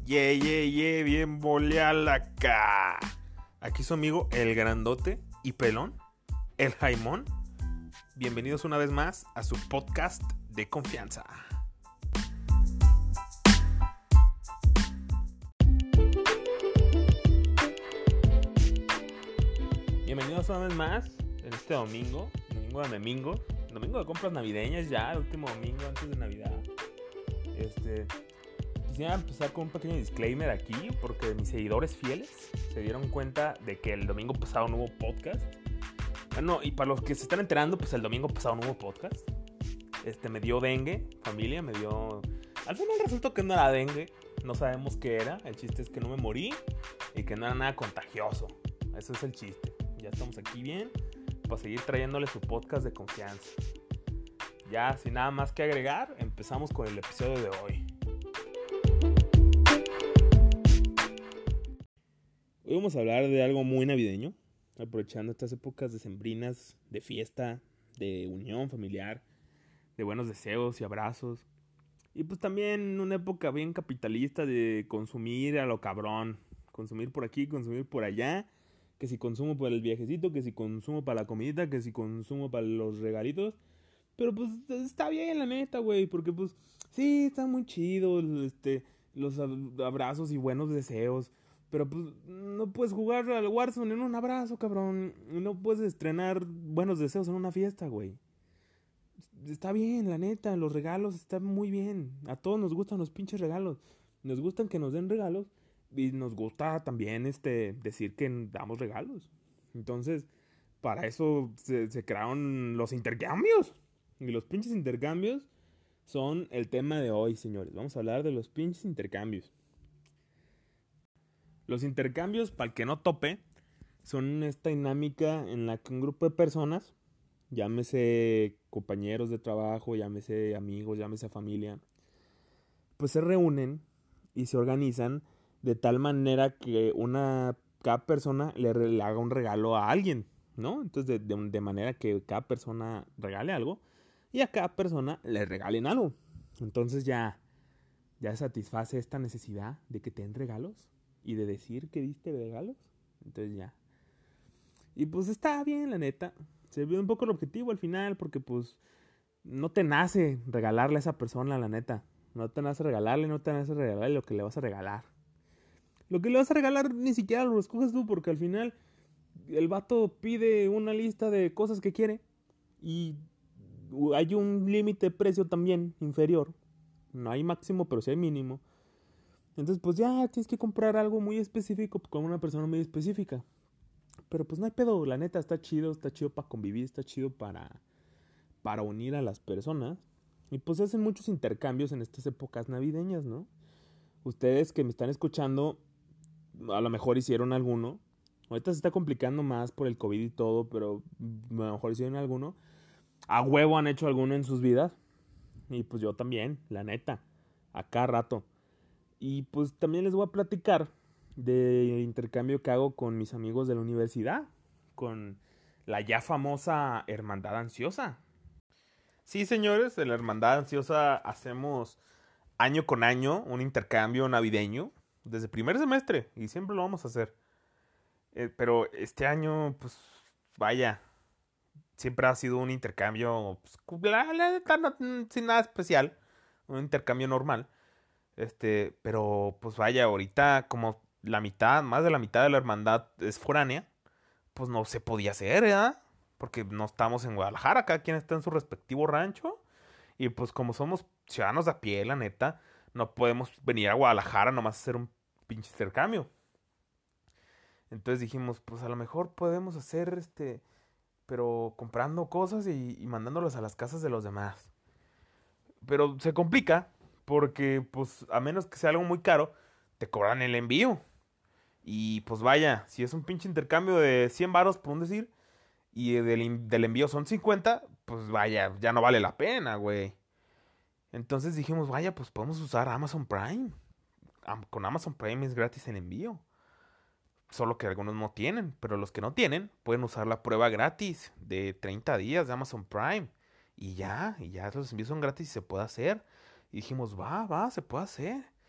Bien bolealaca. Aquí su amigo el grandote y pelón, el Jaimón. Bienvenidos una vez más a su podcast de confianza. Bienvenidos una vez más en este domingo de compras navideñas ya, el último domingo antes de Navidad. Quisiera empezar con un pequeño disclaimer aquí, porque mis seguidores fieles se dieron cuenta de que el domingo pasado no hubo podcast. Bueno, y para los que se están enterando, pues el domingo pasado no hubo podcast. Me dio dengue, familia, me dio... Al final resultó que no era dengue, no sabemos qué era. El chiste es que no me morí y que no era nada contagioso. Eso es el chiste. Ya estamos aquí bien para seguir trayéndole su podcast de confianza. Ya, sin nada más que agregar, empezamos con el episodio de hoy. Hoy vamos a hablar de algo muy navideño, aprovechando estas épocas decembrinas de fiesta, de unión familiar, de buenos deseos y abrazos. Y pues también una época bien capitalista de consumir a lo cabrón. Consumir por aquí, consumir por allá. Que si consumo para el viajecito, que si consumo para la comidita, que si consumo para los regalitos. Pero pues está bien, la neta, güey, porque pues sí, está muy chido los abrazos y buenos deseos. Pero pues no puedes jugar al Warzone en un abrazo, cabrón. No puedes estrenar buenos deseos en una fiesta, güey. Está bien, la neta, los regalos están muy bien. A todos nos gustan los pinches regalos. Nos gustan que nos den regalos. Y nos gusta también decir que damos regalos. Entonces, para eso se crearon los intercambios. Y los pinches intercambios son el tema de hoy, señores. Vamos a hablar de los pinches intercambios. Los intercambios, para el que no tope, son esta dinámica en la que un grupo de personas, llámese compañeros de trabajo, llámese amigos, llámese familia, pues se reúnen y se organizan de tal manera que cada persona le haga un regalo a alguien, ¿no? Entonces, de manera que cada persona regale algo y a cada persona le regalen algo. Entonces ya satisface esta necesidad de que te den regalos y de decir que diste regalos. Entonces ya. Y pues está bien, la neta. Se ve un poco el objetivo al final, porque pues no te nace regalarle a esa persona, la neta. No te nace regalarle lo que le vas a regalar. Lo que le vas a regalar ni siquiera lo escoges tú, porque al final el vato pide una lista de cosas que quiere y hay un límite de precio también inferior. No hay máximo, pero sí hay mínimo. Entonces pues ya tienes que comprar algo muy específico con una persona muy específica. Pero pues no hay pedo, la neta, está chido para convivir, está chido para unir a las personas. Y pues hacen muchos intercambios en estas épocas navideñas, ¿no? Ustedes que me están escuchando, a lo mejor hicieron alguno. Ahorita se está complicando más por el COVID y todo, pero a lo mejor hicieron alguno. A huevo han hecho alguno en sus vidas. Y pues yo también, la neta, a cada rato. Y pues también les voy a platicar de intercambio que hago con mis amigos de la universidad, con la ya famosa Hermandad Ansiosa. Sí, señores, en la Hermandad Ansiosa hacemos año con año un intercambio navideño desde primer semestre y siempre lo vamos a hacer. Pero este año, pues vaya, siempre ha sido un intercambio sin nada especial, un intercambio normal. Pero pues vaya, ahorita como más de la mitad de la hermandad es foránea, pues no se podía hacer, ¿verdad? Porque no estamos en Guadalajara, cada quien está en su respectivo rancho. Y pues como somos ciudadanos de a pie, la neta, no podemos venir a Guadalajara nomás a hacer un pinche intercambio. Entonces dijimos, pues a lo mejor podemos hacer pero comprando cosas y mandándolas a las casas de los demás. Pero se complica. Porque, pues, a menos que sea algo muy caro, te cobran el envío. Y, pues, vaya, si es un pinche intercambio de 100 varos, por un decir, y del envío son 50, pues, vaya, ya no vale la pena, güey. Entonces dijimos, vaya, pues, podemos usar Amazon Prime. Con Amazon Prime es gratis el envío. Solo que algunos no tienen, pero los que no tienen pueden usar la prueba gratis de 30 días de Amazon Prime. Y ya los envíos son gratis y se puede hacer. Y dijimos, se puede hacer.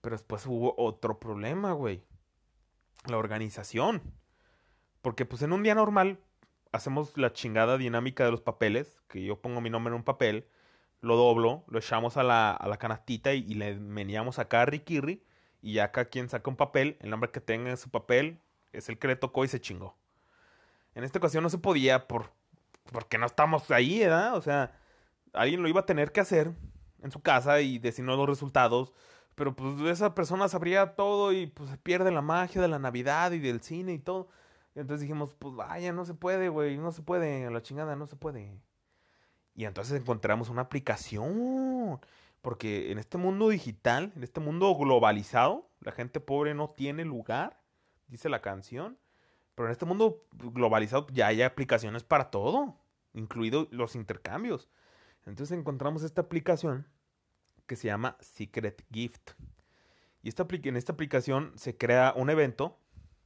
Pero después hubo otro problema, güey. La organización. Porque pues en un día normal hacemos la chingada dinámica de los papeles, que yo pongo mi nombre en un papel, lo doblo, lo echamos a la canastita y le meneamos acá a Rikirri y ya cada quien saca un papel, el nombre que tenga en su papel es el que le tocó y se chingó. En esta ocasión no se podía porque no estamos ahí, ¿verdad? O sea, alguien lo iba a tener que hacer en su casa y decirnos los resultados, pero pues esa persona sabría todo y pues se pierde la magia de la Navidad y del cine y todo. Entonces dijimos, pues vaya, no se puede, güey, no se puede, a la chingada, no se puede. Y entonces encontramos una aplicación. Porque en este mundo digital, en este mundo globalizado, la gente pobre no tiene lugar, dice la canción. Pero en este mundo globalizado ya hay aplicaciones para todo, incluidos los intercambios. Entonces encontramos esta aplicación que se llama Secret Gift. Y en esta aplicación se crea un evento,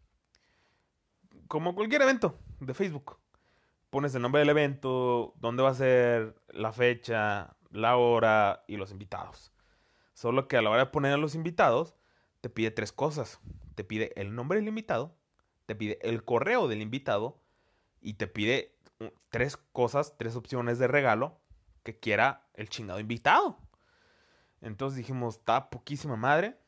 como cualquier evento de Facebook. Pones el nombre del evento, dónde va a ser, la fecha, la hora y los invitados. Solo que a la hora de poner a los invitados, te pide tres cosas. Te pide el nombre del invitado, te pide el correo del invitado y te pide tres cosas, tres opciones de regalo que quiera el chingado invitado. Entonces dijimos, está poquísima madre.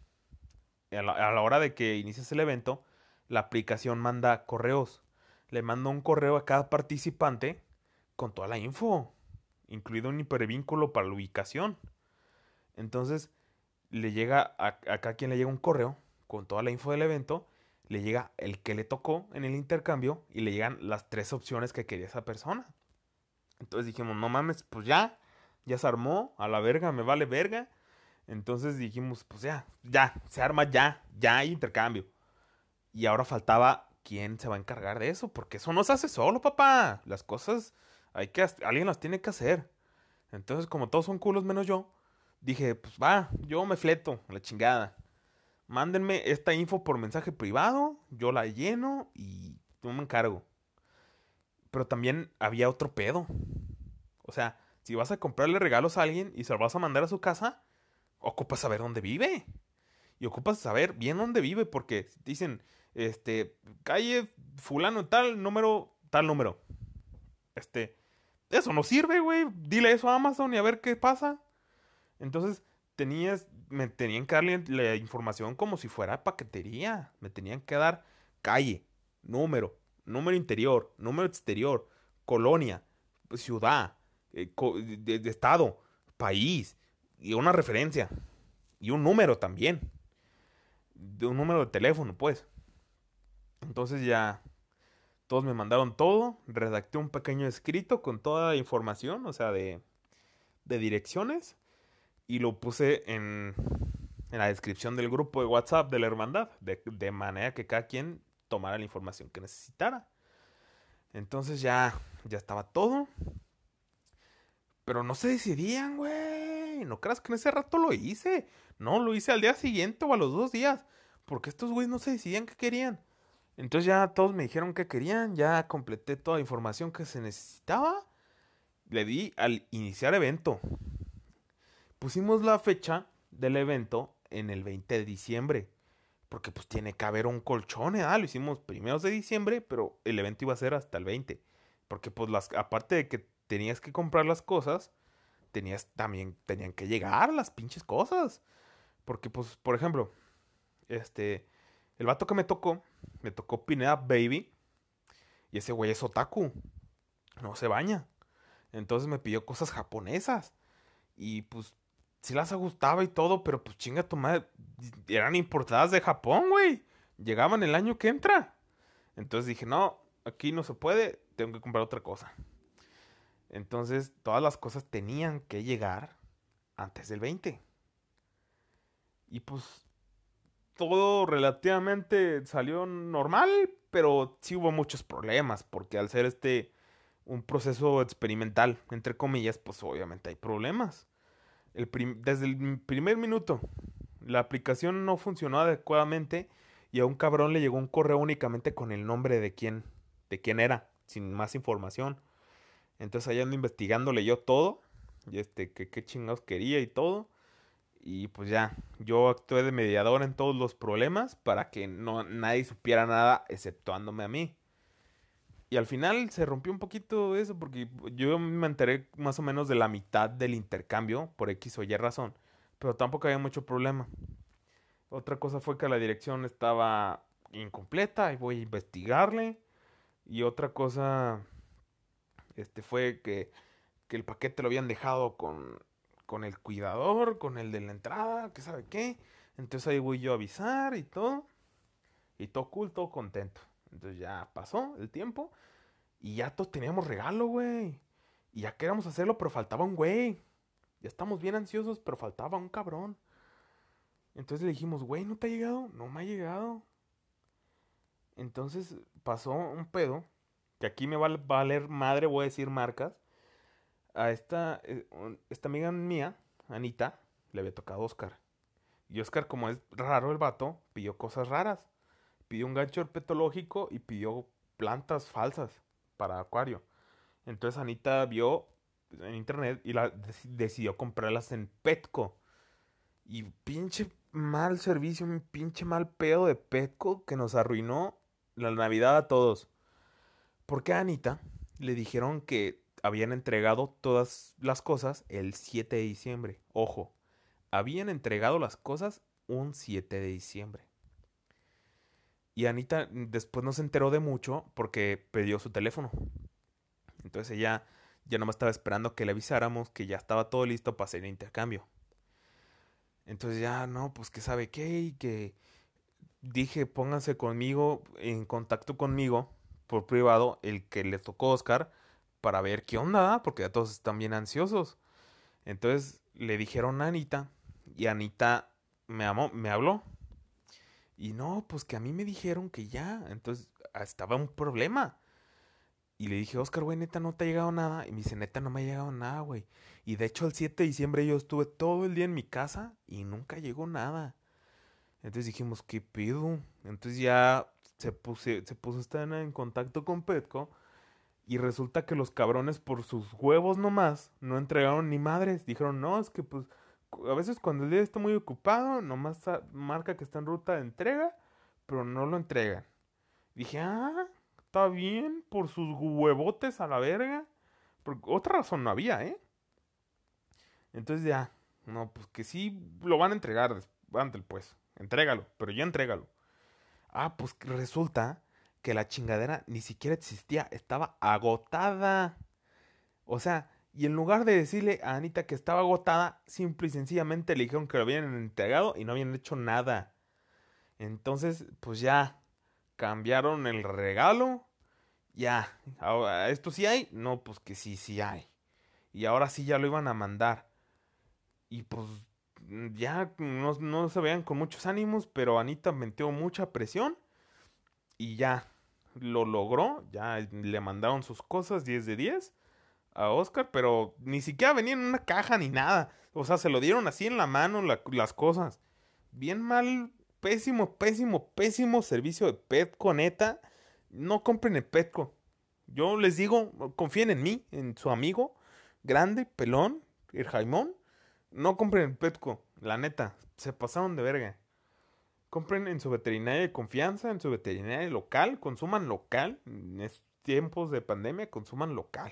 A la hora de que inicies el evento, la aplicación manda correos. Le manda un correo a cada participante con toda la info, incluido un hipervínculo para la ubicación. Entonces, le llega a cada quien le llega un correo con toda la info del evento, le llega el que le tocó en el intercambio y le llegan las tres opciones que quería esa persona. Entonces dijimos, no mames, pues ya se armó, a la verga, me vale verga. Entonces dijimos, pues se arma ya hay intercambio. Y ahora faltaba quién se va a encargar de eso, porque eso no se hace solo, papá. Las cosas alguien las tiene que hacer. Entonces, como todos son culos menos yo, dije, pues va, yo me fleto, la chingada. Mándenme esta info por mensaje privado, yo la lleno y yo me encargo. Pero también había otro pedo. O sea, si vas a comprarle regalos a alguien y se lo vas a mandar a su casa, ocupas saber dónde vive. Y ocupas saber bien dónde vive, porque dicen, calle fulano tal número. Este, eso no sirve, güey. Dile eso a Amazon y a ver qué pasa. Entonces, me tenían que darle la información como si fuera paquetería. Me tenían que dar calle, número interior, número exterior, colonia, ciudad, de estado, país, y una referencia, y un número también, de un número de teléfono, pues. Entonces ya todos me mandaron todo, redacté un pequeño escrito con toda la información, o sea, de direcciones, y lo puse en la descripción del grupo de WhatsApp de la hermandad, de manera que cada quien tomara la información que necesitara. Entonces ya estaba todo, pero no se decidían, güey. No creas que en ese rato lo hice. No, lo hice al día siguiente o a los 2 días, porque estos güeyes no se decidían qué querían. Entonces ya todos me dijeron qué querían, ya completé toda la información que se necesitaba. Le di al iniciar evento. Pusimos la fecha del evento en el 20 de diciembre. Porque pues tiene que haber un colchón, ¿eh? Lo hicimos primeros de diciembre, pero el evento iba a ser hasta el 20. Porque pues aparte de que tenías que comprar las cosas, tenían que llegar las pinches cosas. Porque pues, por ejemplo, el vato que me tocó Pineda Baby. Y ese güey es otaku, no se baña. Entonces me pidió cosas japonesas. Y pues sí las gustaba y todo, pero pues chinga tu madre. Eran importadas de Japón, güey. Llegaban el año que entra. Entonces dije, no, aquí no se puede, tengo que comprar otra cosa. Entonces todas las cosas tenían que llegar antes del 20. Y pues todo relativamente salió normal, pero sí hubo muchos problemas, porque al ser un proceso experimental, entre comillas, pues obviamente hay problemas. Desde el primer minuto, la aplicación no funcionó adecuadamente y a un cabrón le llegó un correo únicamente con el nombre de quién era, sin más información. Entonces allá ando investigando, leyó todo, y qué chingados quería y todo. Y pues ya, yo actué de mediador en todos los problemas para que no nadie supiera nada exceptuándome a mí. Y al final se rompió un poquito eso porque yo me enteré más o menos de la mitad del intercambio por X o Y razón, pero tampoco había mucho problema. Otra cosa fue que la dirección estaba incompleta y voy a investigarle. Y otra cosa fue que el paquete lo habían dejado con el cuidador, con el de la entrada, que sabe qué. Entonces ahí voy yo a avisar y todo cool, todo contento. Entonces ya pasó el tiempo y ya todos teníamos regalo, güey. Y ya queríamos hacerlo, pero faltaba un güey. Ya estamos bien ansiosos, pero faltaba un cabrón. Entonces le dijimos, güey, ¿no te ha llegado? No me ha llegado. Entonces pasó un pedo, que aquí me va a valer madre, voy a decir marcas. A esta amiga mía, Anita, le había tocado a Oscar. Y Oscar, como es raro el vato, pidió cosas raras. Pidió un gancho herpetológico y pidió plantas falsas para acuario. Entonces Anita vio en internet y decidió comprarlas en Petco. Y pinche mal servicio, un pinche mal pedo de Petco que nos arruinó la Navidad a todos. Porque a Anita le dijeron que habían entregado todas las cosas el 7 de diciembre. Ojo, habían entregado las cosas un 7 de diciembre. Y Anita después no se enteró de mucho porque perdió su teléfono. Entonces ella ya nomás estaba esperando que le avisáramos que ya estaba todo listo para hacer el intercambio. Entonces ya, no, pues que sabe qué y que dije pónganse conmigo, en contacto conmigo por privado, el que le tocó a Oscar para ver qué onda, porque ya todos están bien ansiosos. Entonces le dijeron a Anita y Anita me habló. Y no, pues que a mí me dijeron que ya, entonces estaba un problema. Y le dije, Oscar, güey, neta, no te ha llegado nada. Y me dice, neta, no me ha llegado nada, güey. Y de hecho, el 7 de diciembre yo estuve todo el día en mi casa y nunca llegó nada. Entonces dijimos, ¿qué pido? Entonces ya se puso estar en contacto con Petco. Y resulta que los cabrones, por sus huevos nomás, no entregaron ni madres. Dijeron, no, es que pues a veces cuando el día está muy ocupado, nomás marca que está en ruta de entrega, pero no lo entregan. Dije, ah, está bien, por sus huevotes a la verga. Porque otra razón no había, ¿eh? Entonces ya, no, pues que sí lo van a entregar, ándale pues, entrégalo, pero ya entrégalo. Ah, pues resulta que la chingadera ni siquiera existía, estaba agotada. O sea, y en lugar de decirle a Anita que estaba agotada, simple y sencillamente le dijeron que lo habían entregado y no habían hecho nada. Entonces, pues ya, cambiaron el regalo. Ya, ahora, ¿esto sí hay? No, pues que sí, sí hay. Y ahora sí ya lo iban a mandar. Y pues ya no se veían con muchos ánimos, pero Anita metió mucha presión y ya lo logró. Ya le mandaron sus cosas 10 de 10 a Oscar, pero ni siquiera venía en una caja ni nada. O sea, se lo dieron así en la mano las cosas. Bien mal, pésimo, pésimo, pésimo servicio de Petco, neta. No compren en Petco. Yo les digo, confíen en mí, en su amigo, grande, pelón, el Jaimón. No compren en Petco, la neta, se pasaron de verga. Compren en su veterinaria de confianza, en su veterinaria local, consuman local. En estos tiempos de pandemia, consuman local.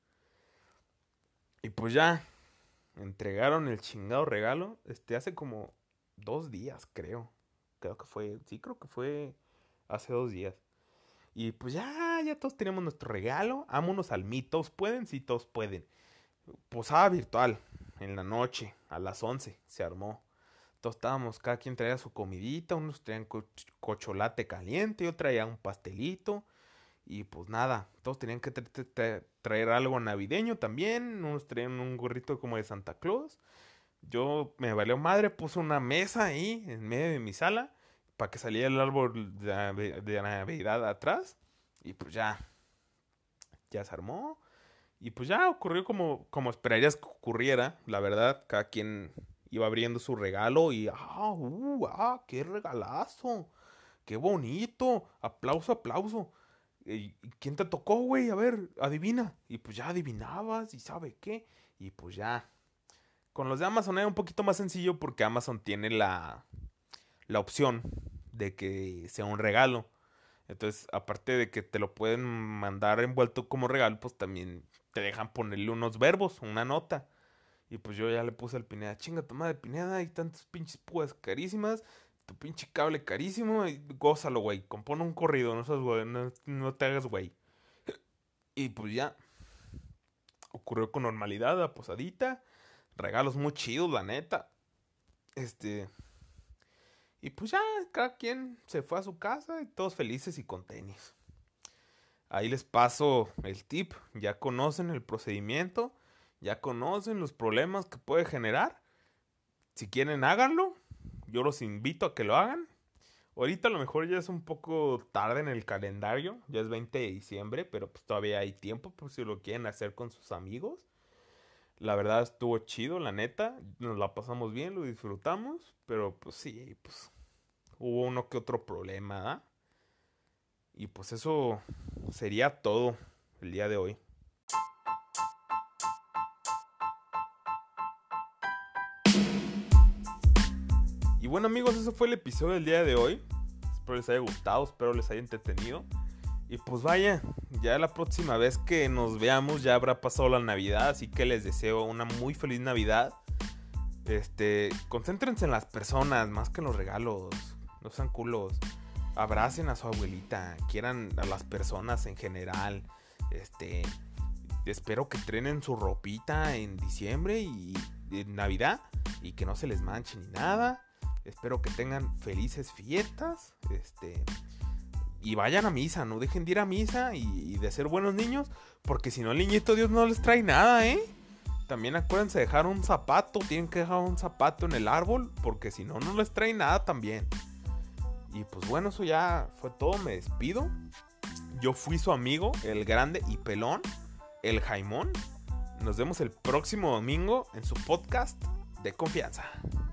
Y pues ya, entregaron el chingado regalo, hace como 2 días, creo. Creo que fue, sí, creo que fue hace 2 días. Y pues ya todos tenemos nuestro regalo. Vámonos al Meet. Todos pueden, sí, todos pueden. Posada virtual, en la noche, a las 11 se armó. Todos estábamos, cada quien traía su comidita, unos traían cocholate caliente, yo traía un pastelito. Y pues nada, todos tenían que traer algo navideño también. Unos traían un gorrito como de Santa Claus. Yo me valió madre, puse una mesa ahí en medio de mi sala para que saliera el árbol de Navidad atrás. Y pues ya se armó. Y pues ya ocurrió como esperarías que ocurriera, la verdad. Cada quien iba abriendo su regalo y qué regalazo, qué bonito, aplauso, aplauso. ¿Y quién te tocó, güey? A ver, adivina. Y pues ya adivinabas y sabe qué. Y pues ya Con los de Amazon era un poquito más sencillo porque Amazon tiene la opción de que sea un regalo. Entonces, aparte de que te lo pueden mandar envuelto como regalo, pues también te dejan ponerle unos verbos, una nota. Y pues yo ya le puse al Pineda, chinga tu madre Pineda, hay tantas pinches púas carísimas, tu pinche cable carísimo, y gózalo, güey, compone un corrido, no seas güey, no te hagas güey. Y pues ya, ocurrió con normalidad, a posadita, regalos muy chidos, la neta. Y pues ya, cada quien se fue a su casa y todos felices y con tenis. Ahí les paso el tip, ya conocen el procedimiento, ya conocen los problemas que puede generar. Si quieren, háganlo. Yo los invito a que lo hagan. Ahorita a lo mejor ya es un poco tarde en el calendario, ya es 20 de diciembre, pero pues todavía hay tiempo por si lo quieren hacer con sus amigos. La verdad estuvo chido, la neta, nos la pasamos bien, lo disfrutamos, pero pues sí, pues hubo uno que otro problema, ¿eh? Y pues eso sería todo el día de hoy. Y bueno amigos, eso fue el episodio del día de hoy. Espero les haya gustado, espero les haya entretenido. Y pues vaya, ya la próxima vez que nos veamos ya habrá pasado la Navidad, así que les deseo una muy feliz Navidad. Concéntrense en las personas más que en los regalos. No sean culos. Abracen a su abuelita, quieran a las personas en general. Espero que trenen su ropita en diciembre y en Navidad y que no se les manche ni nada. Espero que tengan felices fiestas. Y vayan a misa, no dejen de ir a misa y de ser buenos niños, porque si no el niñito Dios no les trae nada, ¿eh? También acuérdense de dejar un zapato, tienen que dejar un zapato en el árbol, porque si no, no les trae nada también. Y pues bueno, eso ya fue todo, me despido. Yo fui su amigo, el grande y pelón, el Jaimón. Nos vemos el próximo domingo en su podcast de confianza.